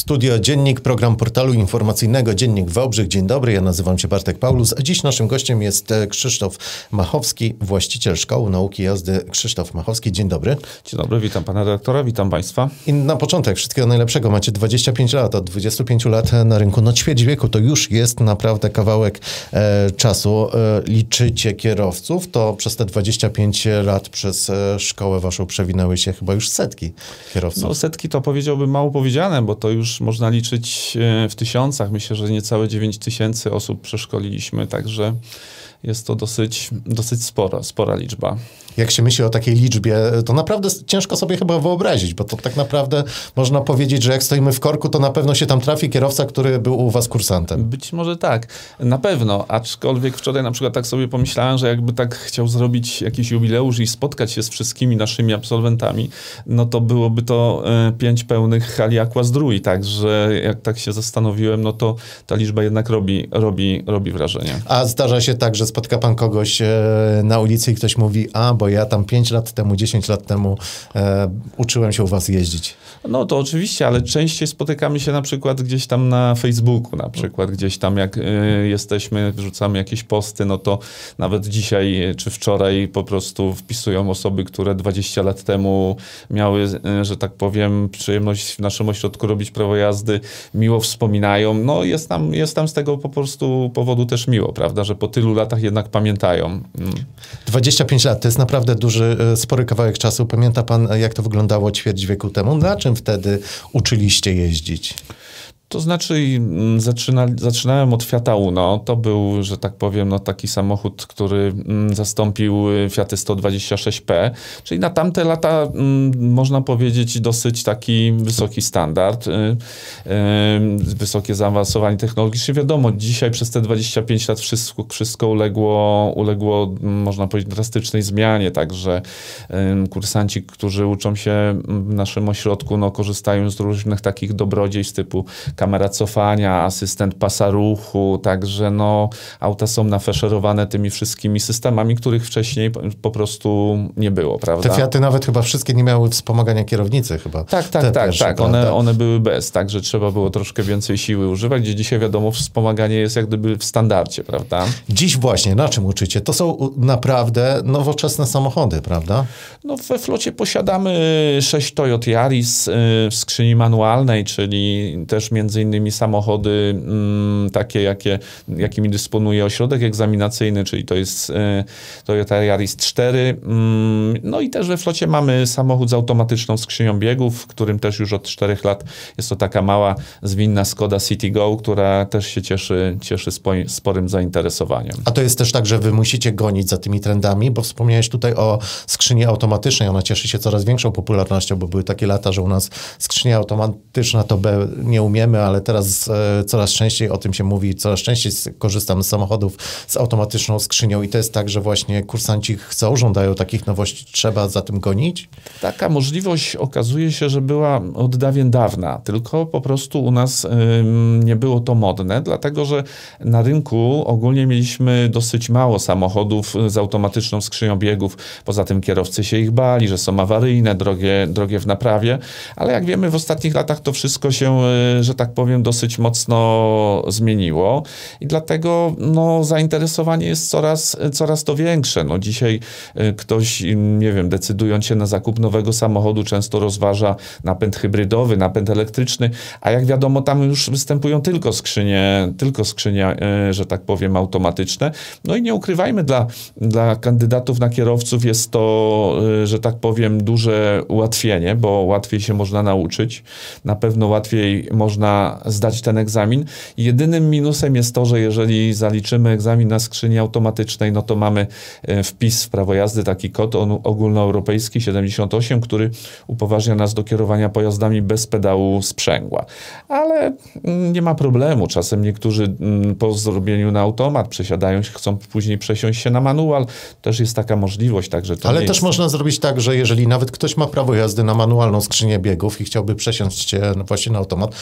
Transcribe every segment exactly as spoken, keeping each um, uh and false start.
Studio Dziennik, program portalu informacyjnego Dziennik Wałbrzych. Dzień dobry, ja nazywam się Bartek Paulus, a dziś naszym gościem jest Krzysztof Machowski, właściciel Szkoły Nauki Jazdy. Krzysztof Machowski, dzień dobry. Dzień dobry, witam pana redaktora, witam państwa. I na początek wszystkiego najlepszego. Macie dwadzieścia pięć lat, od dwudziestu pięciu lat na rynku. No ćwierć wieku to już jest naprawdę kawałek e, czasu. E, liczycie kierowców, to przez te dwadzieścia pięć lat przez e, szkołę waszą przewinęły się chyba już setki kierowców. No setki to powiedziałbym mało powiedziane, bo to już można liczyć w tysiącach. Myślę, że niecałe dziewięć tysięcy osób przeszkoliliśmy, także jest to dosyć, dosyć spora, spora liczba. Jak się myśli o takiej liczbie, to naprawdę ciężko sobie chyba wyobrazić, bo to tak naprawdę można powiedzieć, że jak stoimy w korku, to na pewno się tam trafi kierowca, który był u was kursantem. Być może tak, na pewno, aczkolwiek wczoraj na przykład tak sobie pomyślałem, że jakby tak chciał zrobić jakiś jubileusz i spotkać się z wszystkimi naszymi absolwentami, no to byłoby to e, pięć pełnych hali Aqua-Zdrój, także jak tak się zastanowiłem, no to ta liczba jednak robi, robi, robi wrażenie. A zdarza się tak, że spotka pan kogoś e, na ulicy i ktoś mówi, a bo ja tam pięć lat temu, dziesięć lat temu e, uczyłem się u was jeździć. No to oczywiście, ale częściej spotykamy się na przykład gdzieś tam na Facebooku, na przykład gdzieś tam jak y, jesteśmy, wrzucamy jakieś posty, no to nawet dzisiaj czy wczoraj po prostu wpisują osoby, które dwadzieścia lat temu miały, y, że tak powiem, przyjemność w naszym ośrodku robić prawo jazdy, miło wspominają. No jest nam, jest nam z tego po prostu powodu też miło, prawda, że po tylu latach jednak pamiętają. Mm. dwadzieścia pięć lat to jest naprawdę duży, spory kawałek czasu. Pamięta pan, jak to wyglądało ćwierć wieku temu? Na czym wtedy uczyliście jeździć? To znaczy zaczyna, zaczynałem od Fiata Uno. To był, że tak powiem, no, taki samochód, który mm, zastąpił Fiaty sto dwadzieścia sześć P. Czyli na tamte lata mm, można powiedzieć dosyć taki wysoki standard. Yy, yy, wysokie zaawansowanie technologiczne. Wiadomo, dzisiaj przez te dwadzieścia pięć lat wszystko, wszystko uległo, uległo, można powiedzieć, drastycznej zmianie. Także yy, kursanci, którzy uczą się w naszym ośrodku, no, korzystają z różnych takich dobrodziejstw typu kamera cofania, asystent pasa ruchu, także no, auta są nafaszerowane tymi wszystkimi systemami, których wcześniej po, po prostu nie było, prawda? Te Fiaty nawet chyba wszystkie nie miały wspomagania kierownicy chyba. Tak, tak, Te tak, pierwsze, tak. One, one były bez, także trzeba było troszkę więcej siły używać, gdzie dzisiaj wiadomo, wspomaganie jest jak gdyby w standardzie, prawda? Dziś właśnie, na czym uczycie? To są naprawdę nowoczesne samochody, prawda? No we flocie posiadamy sześć Toyota Yaris w skrzyni manualnej, czyli też między Między innymi samochody mm, takie, jakie, jakimi dysponuje ośrodek egzaminacyjny, czyli to jest y, Toyota Yaris cztery. Mm, no i też we flocie mamy samochód z automatyczną skrzynią biegów, w którym też już od czterech lat jest to taka mała, zwinna Skoda Citigo, która też się cieszy, cieszy spo, sporym zainteresowaniem. A to jest też tak, że wy musicie gonić za tymi trendami, bo wspomniałeś tutaj o skrzyni automatycznej. Ona cieszy się coraz większą popularnością, bo były takie lata, że u nas skrzynia automatyczna to B nie umiemy, ale teraz e, coraz częściej o tym się mówi, coraz częściej korzystamy z samochodów z automatyczną skrzynią i to jest tak, że właśnie kursanci chcą, żądają takich nowości, trzeba za tym gonić? Taka możliwość okazuje się, że była od dawien dawna, tylko po prostu u nas ym, nie było to modne, dlatego że na rynku ogólnie mieliśmy dosyć mało samochodów z automatyczną skrzynią biegów, poza tym kierowcy się ich bali, że są awaryjne, drogie, drogie w naprawie, ale jak wiemy w ostatnich latach to wszystko się, y, że tak powiem, dosyć mocno zmieniło i dlatego no, zainteresowanie jest coraz, coraz to większe. No, dzisiaj y, ktoś, nie wiem, decydując się na zakup nowego samochodu, często rozważa napęd hybrydowy, napęd elektryczny, a jak wiadomo, tam już występują tylko skrzynie, tylko skrzynie, y, że tak powiem, automatyczne. No i nie ukrywajmy, dla, dla kandydatów na kierowców jest to, y, że tak powiem, duże ułatwienie, bo łatwiej się można nauczyć. Na pewno łatwiej można zdać ten egzamin. Jedynym minusem jest to, że jeżeli zaliczymy egzamin na skrzyni automatycznej, no to mamy wpis w prawo jazdy, taki kod ogólnoeuropejski siedemdziesiąt osiem, który upoważnia nas do kierowania pojazdami bez pedału sprzęgła. Ale nie ma problemu. Czasem niektórzy po zrobieniu na automat przesiadają się, chcą później przesiąść się na manual. Też jest taka możliwość. Także to Ale też jest... można zrobić tak, że jeżeli nawet ktoś ma prawo jazdy na manualną skrzynię biegów i chciałby przesiąść się właśnie na automat, może po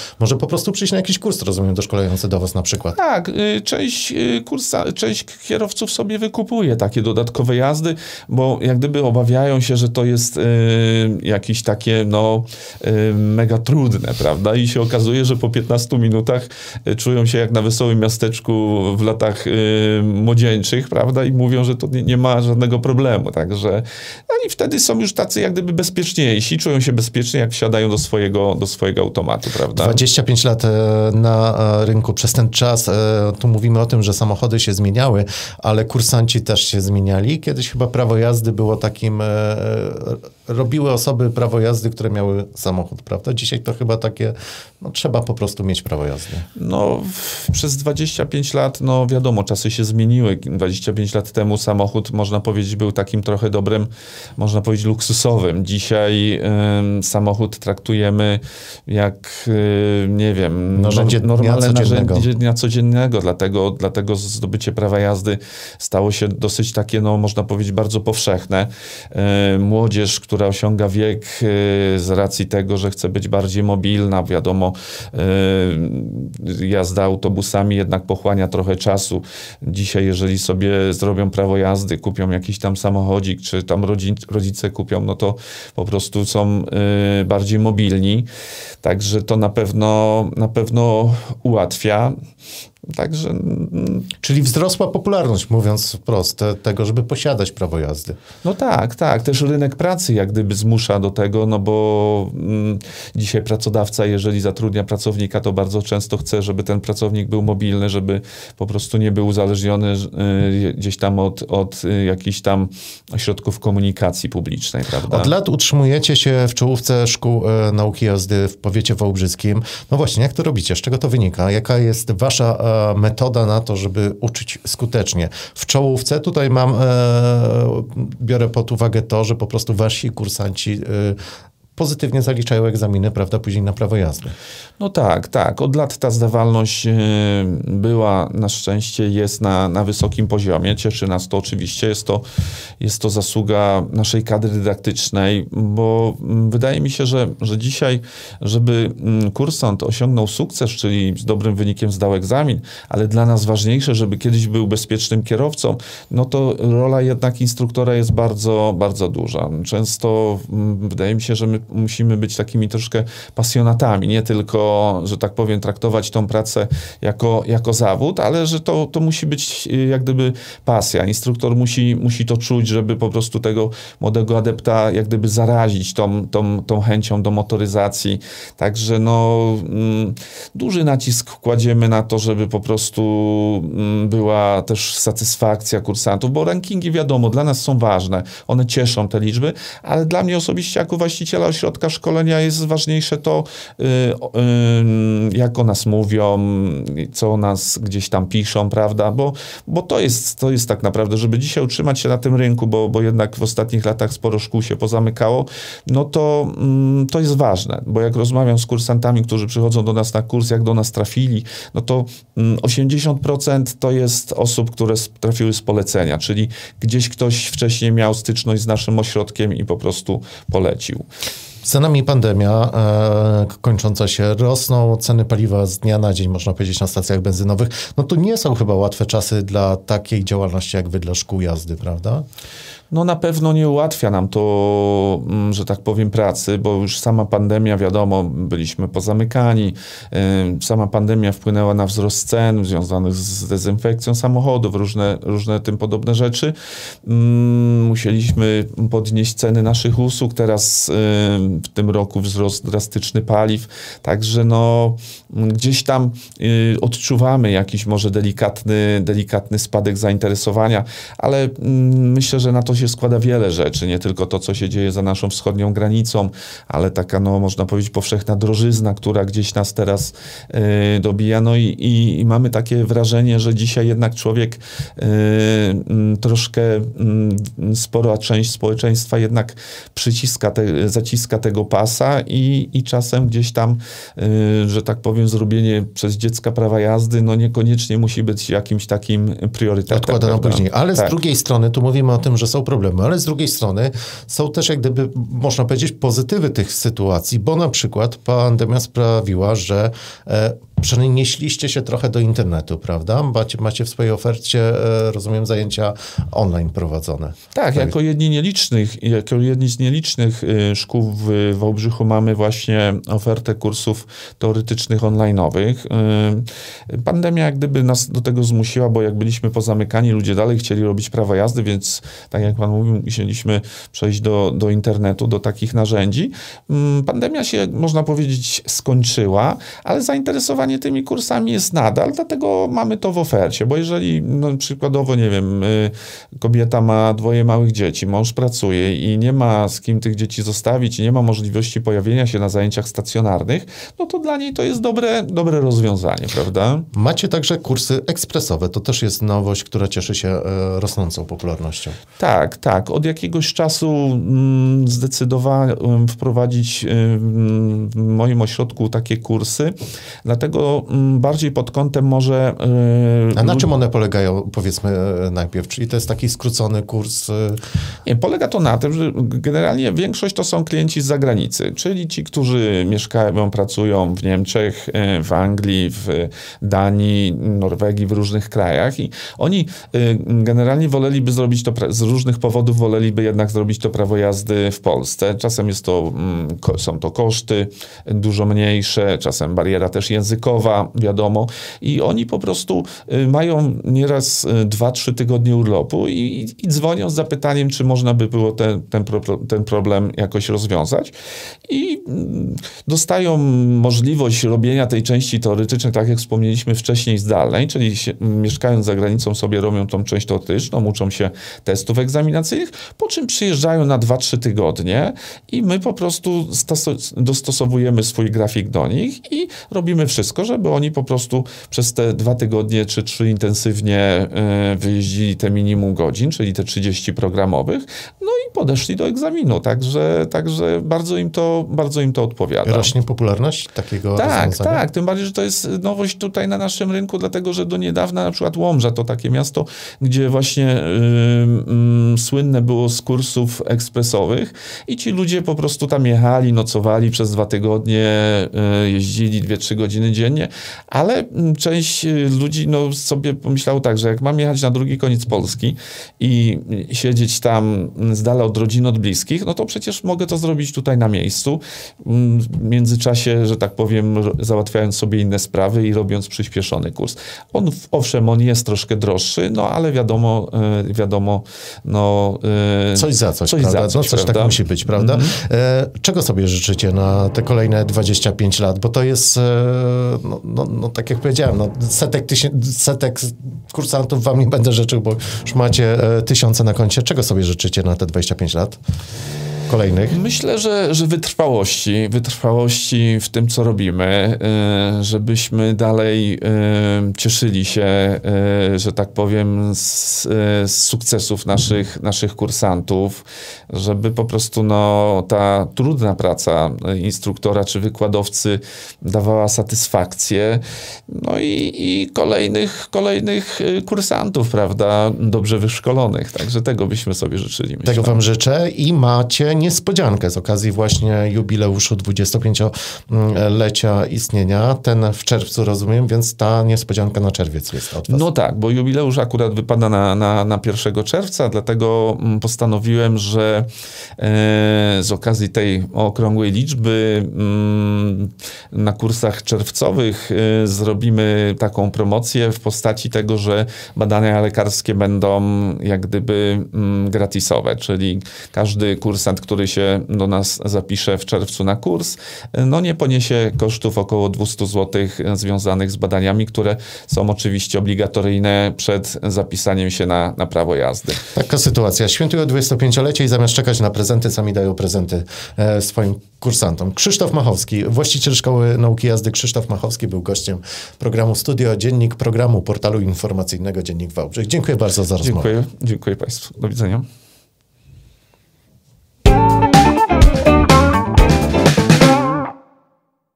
po prostu przyjść na jakiś kurs, rozumiem, doszkolający do was na przykład. Tak, część kursa, część kierowców sobie wykupuje takie dodatkowe jazdy, bo jak gdyby obawiają się, że to jest y, jakieś takie no y, mega trudne, prawda? I się okazuje, że po piętnastu minutach y, czują się jak na wesołym miasteczku w latach y, młodzieńczych, prawda? I mówią, że to nie, nie ma żadnego problemu, także no i wtedy są już tacy jak gdyby bezpieczniejsi, czują się bezpiecznie, jak wsiadają do swojego, do swojego automatu, prawda? dwadzieścia pięć lat na rynku. Przez ten czas, tu mówimy o tym, że samochody się zmieniały, ale kursanci też się zmieniali. Kiedyś chyba prawo jazdy było takim, robiły osoby prawo jazdy, które miały samochód, prawda? Dzisiaj to chyba takie, no trzeba po prostu mieć prawo jazdy. No w, przez dwadzieścia pięć lat, no wiadomo, czasy się zmieniły. dwadzieścia pięć lat temu samochód, można powiedzieć, był takim trochę dobrem, można powiedzieć, luksusowym. Dzisiaj y, samochód traktujemy jak, y, nie wiem, narzędzie no, normalne dnia codziennego. narzędzie dnia codziennego. Dlatego, dlatego zdobycie prawa jazdy stało się dosyć takie, no można powiedzieć, bardzo powszechne. Y, młodzież, która osiąga wiek y, z racji tego, że chce być bardziej mobilna, wiadomo, y, jazda autobusami jednak pochłania trochę czasu. Dzisiaj, jeżeli sobie zrobią prawo jazdy, kupią jakiś tam samochodzik, czy tam rodzic, rodzice kupią, no to po prostu są y, bardziej mobilni. Także to na pewno, na pewno ułatwia. Także... Czyli wzrosła popularność, mówiąc wprost, te, tego, żeby posiadać prawo jazdy. No tak, tak. Też rynek pracy jak gdyby zmusza do tego, no bo mm, dzisiaj pracodawca, jeżeli zatrudnia pracownika, to bardzo często chce, żeby ten pracownik był mobilny, żeby po prostu nie był uzależniony y, gdzieś tam od, od y, jakichś tam środków komunikacji publicznej, prawda? Od lat utrzymujecie się w czołówce szkół e, nauki jazdy w powiecie wałbrzyskim. No właśnie, jak to robicie? Z czego to wynika? Jaka jest wasza e, metoda na to, żeby uczyć skutecznie? W czołówce tutaj mam, e, biorę pod uwagę to, że po prostu wasi kursanci e, pozytywnie zaliczają egzaminy, prawda, później na prawo jazdy. No tak, tak. Od lat ta zdawalność była, na szczęście jest na, na wysokim poziomie. Cieszy nas to oczywiście. Jest to, jest to zasługa naszej kadry dydaktycznej, bo wydaje mi się, że, że dzisiaj, żeby kursant osiągnął sukces, czyli z dobrym wynikiem zdał egzamin, ale dla nas ważniejsze, żeby kiedyś był bezpiecznym kierowcą, no to rola jednak instruktora jest bardzo, bardzo duża. Często wydaje mi się, że my musimy być takimi troszkę pasjonatami, nie tylko, że tak powiem, traktować tą pracę jako, jako zawód, ale że to, to musi być jak gdyby pasja. Instruktor musi, musi to czuć, żeby po prostu tego młodego adepta jak gdyby zarazić tą, tą, tą chęcią do motoryzacji. Także no, mm, duży nacisk kładziemy na to, żeby po prostu mm, była też satysfakcja kursantów, bo rankingi, wiadomo, dla nas są ważne. One cieszą te liczby, ale dla mnie osobiście jako właściciela ośrodka szkolenia jest ważniejsze to, yy, yy, jak o nas mówią, co o nas gdzieś tam piszą, prawda, bo, bo to jest, to jest tak naprawdę, żeby dzisiaj utrzymać się na tym rynku, bo, bo jednak w ostatnich latach sporo szkół się pozamykało, no to, yy, to jest ważne, bo jak rozmawiam z kursantami, którzy przychodzą do nas na kurs, jak do nas trafili, no to yy, osiemdziesiąt procent to jest osób, które trafiły z polecenia, czyli gdzieś ktoś wcześniej miał styczność z naszym ośrodkiem i po prostu polecił. Za nami pandemia e, kończąca się, rosną ceny paliwa z dnia na dzień, można powiedzieć, na stacjach benzynowych. No to nie są chyba łatwe czasy dla takiej działalności jak wy, dla szkół jazdy, prawda? No na pewno nie ułatwia nam to, że tak powiem, pracy, bo już sama pandemia, wiadomo, byliśmy pozamykani. Sama pandemia wpłynęła na wzrost cen związanych z dezynfekcją samochodów, różne, różne tym podobne rzeczy. Musieliśmy podnieść ceny naszych usług. Teraz w tym roku wzrost drastyczny paliw. Także no gdzieś tam odczuwamy jakiś może delikatny, delikatny spadek zainteresowania, ale myślę, że na to się składa wiele rzeczy, nie tylko to, co się dzieje za naszą wschodnią granicą, ale taka, no można powiedzieć, powszechna drożyzna, która gdzieś nas teraz y, dobija. No i, i, i mamy takie wrażenie, że dzisiaj jednak człowiek y, y, troszkę y, spora część społeczeństwa jednak przyciska, te, zaciska tego pasa i, i czasem gdzieś tam, y, że tak powiem, zrobienie przez dziecka prawa jazdy, no niekoniecznie musi być jakimś takim priorytetem. Odkłada na później. Ale tak. z drugiej strony, tu mówimy o tym, że są problemy, ale z drugiej strony są też jak gdyby, można powiedzieć, pozytywy tych sytuacji, bo na przykład pandemia sprawiła, że e, przenieśliście się trochę do internetu, prawda? Macie, macie w swojej ofercie, e, rozumiem, zajęcia online prowadzone. Tak, tak, jako jedni nielicznych, jako jedni z nielicznych y, szkół w Wałbrzychu mamy właśnie ofertę kursów teoretycznych online'owych. Y, pandemia jak gdyby nas do tego zmusiła, bo jak byliśmy pozamykani, ludzie dalej chcieli robić prawo jazdy, więc tak jak pan mówił, musieliśmy przejść do, do internetu, do takich narzędzi. Y, pandemia się, można powiedzieć, skończyła, ale zainteresowanie tymi kursami jest nadal, dlatego mamy to w ofercie, bo jeżeli no, przykładowo, nie wiem, y, kobieta ma dwoje małych dzieci, mąż pracuje i nie ma z kim tych dzieci zostawić i nie ma możliwości pojawienia się na zajęciach stacjonarnych, no to dla niej to jest dobre, dobre rozwiązanie, prawda? Macie także kursy ekspresowe. To też jest nowość, która cieszy się e, rosnącą popularnością. Tak, tak. Od jakiegoś czasu mm, zdecydowałem wprowadzić y, w moim ośrodku takie kursy, dlatego mm, bardziej pod kątem może... Y, A na czym one polegają, powiedzmy e, najpierw? Czyli to jest taki skrócony kurs? E... Nie, polega to na tym, że generalnie większość to są klienci z zagranicy, czyli ci, którzy mieszkają, pracują w Niemczech, w Anglii, w Danii, Norwegii, w różnych krajach i oni y, generalnie woleliby zrobić to, z różnych powodów woleliby jednak zrobić to prawo jazdy w Polsce. Czasem jest to, mm, ko, są to koszty dużo mniejsze, czasem bariera też językowa, wiadomo. I oni po prostu y, mają nieraz y, dwa, trzy tygodnie urlopu i, i dzwonią z zapytaniem, czy można by było ten, ten, pro, ten problem jakoś rozwiązać. I mm, dostają możliwość robienia tej części teoretycznej, tak jak wspomnieliśmy wcześniej, zdalnej, czyli się, mieszkając za granicą sobie robią tą część teoretyczną, uczą się testów egzaminacyjnych, po czym przyjeżdżają na dwa trzy tygodnie i my po prostu dostosowujemy swój grafik do nich i robimy wszystko, żeby oni po prostu przez te dwa tygodnie czy trzy intensywnie y, wyjeździli te minimum godzin, czyli te trzydzieści programowych, no i podeszli do egzaminu, także, także bardzo im to, bardzo im to odpowiada. Rośnie popularność takiego Tak, rozwiązania? tak, tym bardziej, że to jest nowość tutaj na naszym rynku, dlatego, że do niedawna na przykład Łomża to takie miasto, gdzie właśnie yy, yy, słynne było z kursów ekspresowych i ci ludzie po prostu tam jechali, nocowali przez dwa tygodnie, yy, jeździli dwie, trzy godziny dziennie, ale część ludzi no, sobie pomyślało tak, że jak mam jechać na drugi koniec Polski i siedzieć tam z dala od rodzin, od bliskich, no to przecież mogę to zrobić tutaj na miejscu, w międzyczasie, że tak powiem, załatwiając sobie inne sprawy i robiąc przyspieszony kurs. On, owszem, on jest troszkę droższy, no ale wiadomo, wiadomo, no... Coś za coś, coś prawda? Za coś, no, coś prawda? tak musi być, prawda? Mm-hmm. E, czego sobie życzycie na te kolejne dwadzieścia pięć lat? Bo to jest, e, no, no, no tak jak powiedziałem, no, setek, tysię- setek kursantów wam nie będę życzył, bo już macie e, tysiące na koncie. Czego sobie życzycie na te dwadzieścia pięć lat? Kolejnych? Myślę, że, że wytrwałości, wytrwałości w tym, co robimy, y, żebyśmy dalej y, cieszyli się, y, że tak powiem, z, y, z sukcesów naszych, naszych kursantów, żeby po prostu no, ta trudna praca instruktora czy wykładowcy dawała satysfakcję, no i, i kolejnych, kolejnych kursantów, prawda, dobrze wyszkolonych. Także tego byśmy sobie życzyli. Myślę. Tego wam życzę i macie niespodziankę z okazji właśnie jubileuszu dwudziestopięciolecia istnienia. Ten w czerwcu, rozumiem, więc ta niespodzianka na czerwiec jest od was. No tak, bo jubileusz akurat wypada na, na, na pierwszego czerwca, dlatego postanowiłem, że e, z okazji tej okrągłej liczby m, na kursach czerwcowych e, zrobimy taką promocję w postaci tego, że badania lekarskie będą jak gdyby m, gratisowe, czyli każdy kursant, który się do nas zapisze w czerwcu na kurs, no nie poniesie kosztów około dwieście złotych związanych z badaniami, które są oczywiście obligatoryjne przed zapisaniem się na, na prawo jazdy. Taka sytuacja. Świętują dwudziestopięciolecie i zamiast czekać na prezenty, sami dają prezenty e, swoim kursantom. Krzysztof Machowski, właściciel Szkoły Nauki Jazdy Krzysztof Machowski był gościem programu Studio Dziennik, programu portalu informacyjnego Dziennik Wałbrzych. Dziękuję bardzo za rozmowę. Dziękuję, dziękuję Państwu. Do widzenia.